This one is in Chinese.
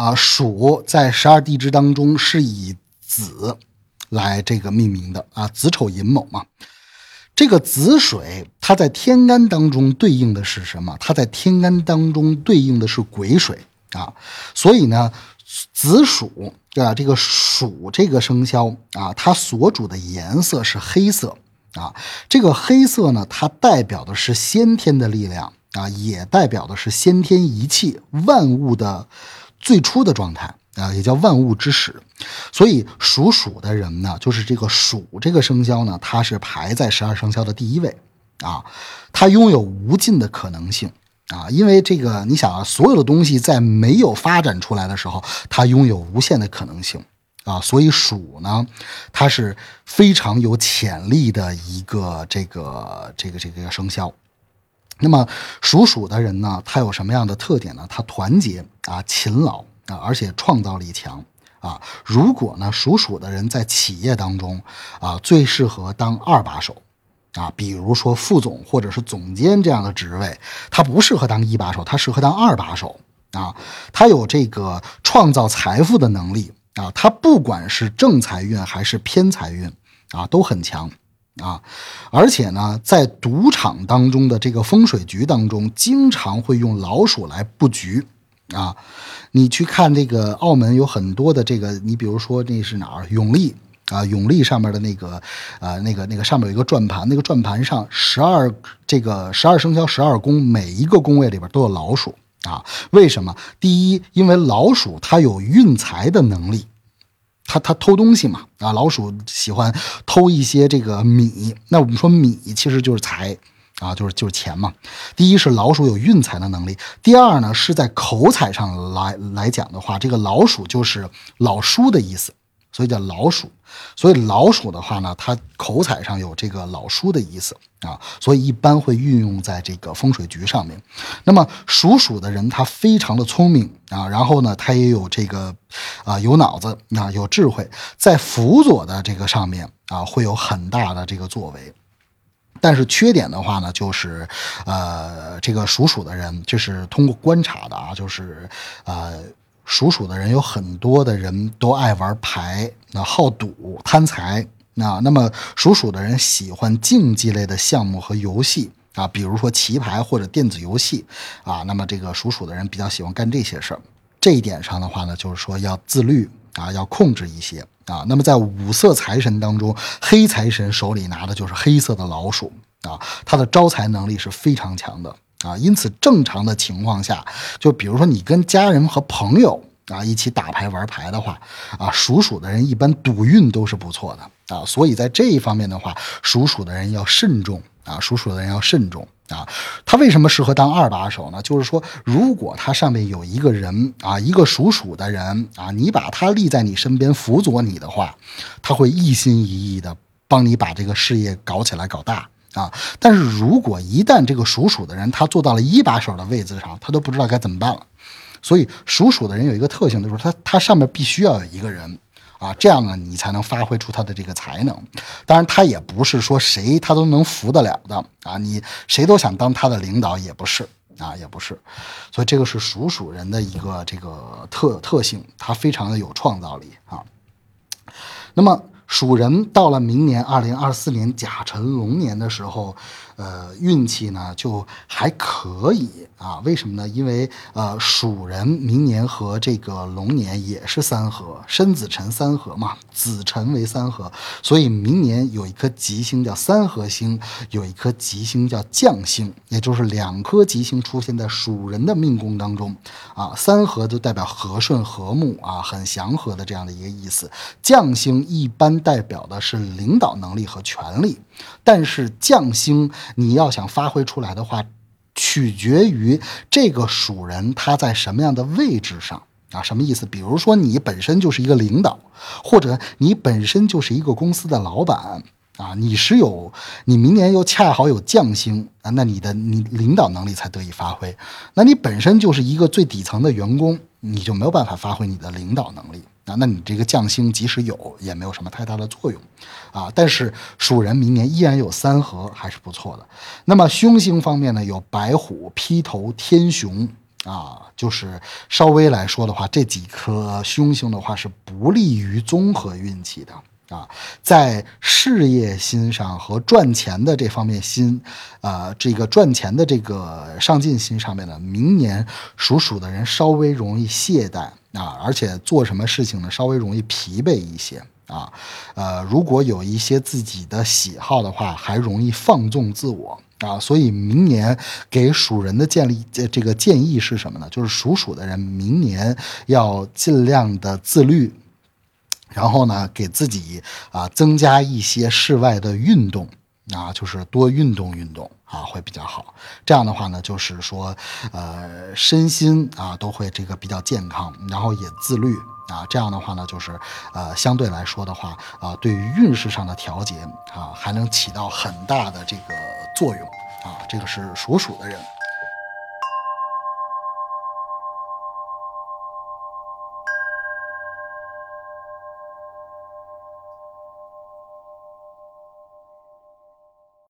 鼠在12地支当中是以子来这个命名的子丑寅卯嘛。这个子水它在天干当中对应的是什么？它在天干当中对应的是癸水所以呢子鼠这个鼠这个生肖它所主的颜色是黑色这个黑色呢，它代表的是先天的力量也代表的是先天一气万物的最初的状态也叫万物之始。所以属鼠的人呢，就是这个鼠这个生肖呢，它是排在12生肖的第1位它拥有无尽的可能性因为这个你想所有的东西在没有发展出来的时候，它拥有无限的可能性所以鼠呢，它是非常有潜力的一个这个生肖。那么属鼠的人呢，他有什么样的特点呢？他团结勤劳而且创造力强如果呢属鼠的人在企业当中最适合当2把手比如说副总或者是总监这样的职位，他不适合当1把手，他适合当2把手他有这个创造财富的能力他不管是正财运还是偏财运都很强而且呢在赌场当中的这个风水局当中，经常会用老鼠来布局你去看这个澳门有很多的这个，你比如说那是哪儿，永利永利上面的那个上面有一个转盘，那个转盘上12生肖12宫，每一个宫位里边都有老鼠为什么？第一，因为老鼠它有运财的能力，它偷东西嘛老鼠喜欢偷一些这个米，那我们说米其实就是财就是钱嘛。第一是老鼠有运财的能力，第二呢是在口彩上来讲的话，这个老鼠就是老叔的意思，所以叫老鼠。所以老鼠的话呢，它口彩上有这个老叔的意思所以一般会运用在这个风水局上面。那么属鼠的人他非常的聪明然后呢他也有这个有脑子有智慧，在辅佐的这个上面会有很大的这个作为。但是缺点的话呢，就是这个属鼠的人，这是通过观察的就是属鼠的人有很多的人都爱玩牌好赌贪财那么属鼠的人喜欢竞技类的项目和游戏比如说棋牌或者电子游戏那么这个属鼠的人比较喜欢干这些事儿。这一点上的话呢，就是说要自律要控制一些那么在5色财神当中，黑财神手里拿的就是黑色的老鼠他的招财能力是非常强的因此正常的情况下，就比如说你跟家人和朋友一起打牌玩牌的话属鼠的人一般赌运都是不错的所以在这一方面的话，属鼠的人要慎重属鼠的人要慎重他为什么适合当2把手呢？就是说如果他上面有一个人一个属鼠的人你把他立在你身边辅佐你的话，他会一心一意的帮你把这个事业搞起来搞大但是如果一旦这个属鼠的人他做到了1把手的位置上，他都不知道该怎么办了。所以属鼠的人有一个特性，就是他上面必须要有一个人这样呢你才能发挥出他的这个才能。当然他也不是说谁他都能服得了的你谁都想当他的领导也不是也不是。所以这个是属鼠人的一个这个特性，他非常的有创造力那么属人到了明年2024年甲辰龙年的时候运气呢就还可以为什么呢？因为属人明年和这个龙年也是3合，申子辰3合嘛，子辰为3合，所以明年有一颗吉星叫3合星，有一颗吉星叫将星，也就是2颗吉星出现在属人的命宫当中3合就代表和顺和睦很祥和的这样的一个意思。将星一般代表的是领导能力和权力，但是将星你要想发挥出来的话，取决于这个属人他在什么样的位置上什么意思？比如说你本身就是一个领导，或者你本身就是一个公司的老板你明年又恰好有将星那你领导能力才得以发挥。那你本身就是一个最底层的员工，你就没有办法发挥你的领导能力那你这个将星即使有也没有什么太大的作用但是属人明年依然有3合，还是不错的。那么凶星方面呢，有白虎、披头、天熊就是稍微来说的话，这几颗凶星的话是不利于综合运气的。在事业心上和赚钱的这方面心，这个赚钱的这个上进心上面呢，明年属鼠的人稍微容易懈怠而且做什么事情呢，稍微容易疲惫一些如果有一些自己的喜好的话，还容易放纵自我所以明年给属人的建议是什么呢？就是属鼠的人明年要尽量的自律。然后呢，给自己增加一些室外的运动就是多运动运动会比较好。这样的话呢，就是说身心都会这个比较健康，然后也自律这样的话呢，就是相对来说的话对于运势上的调节还能起到很大的这个作用这个是属鼠的人。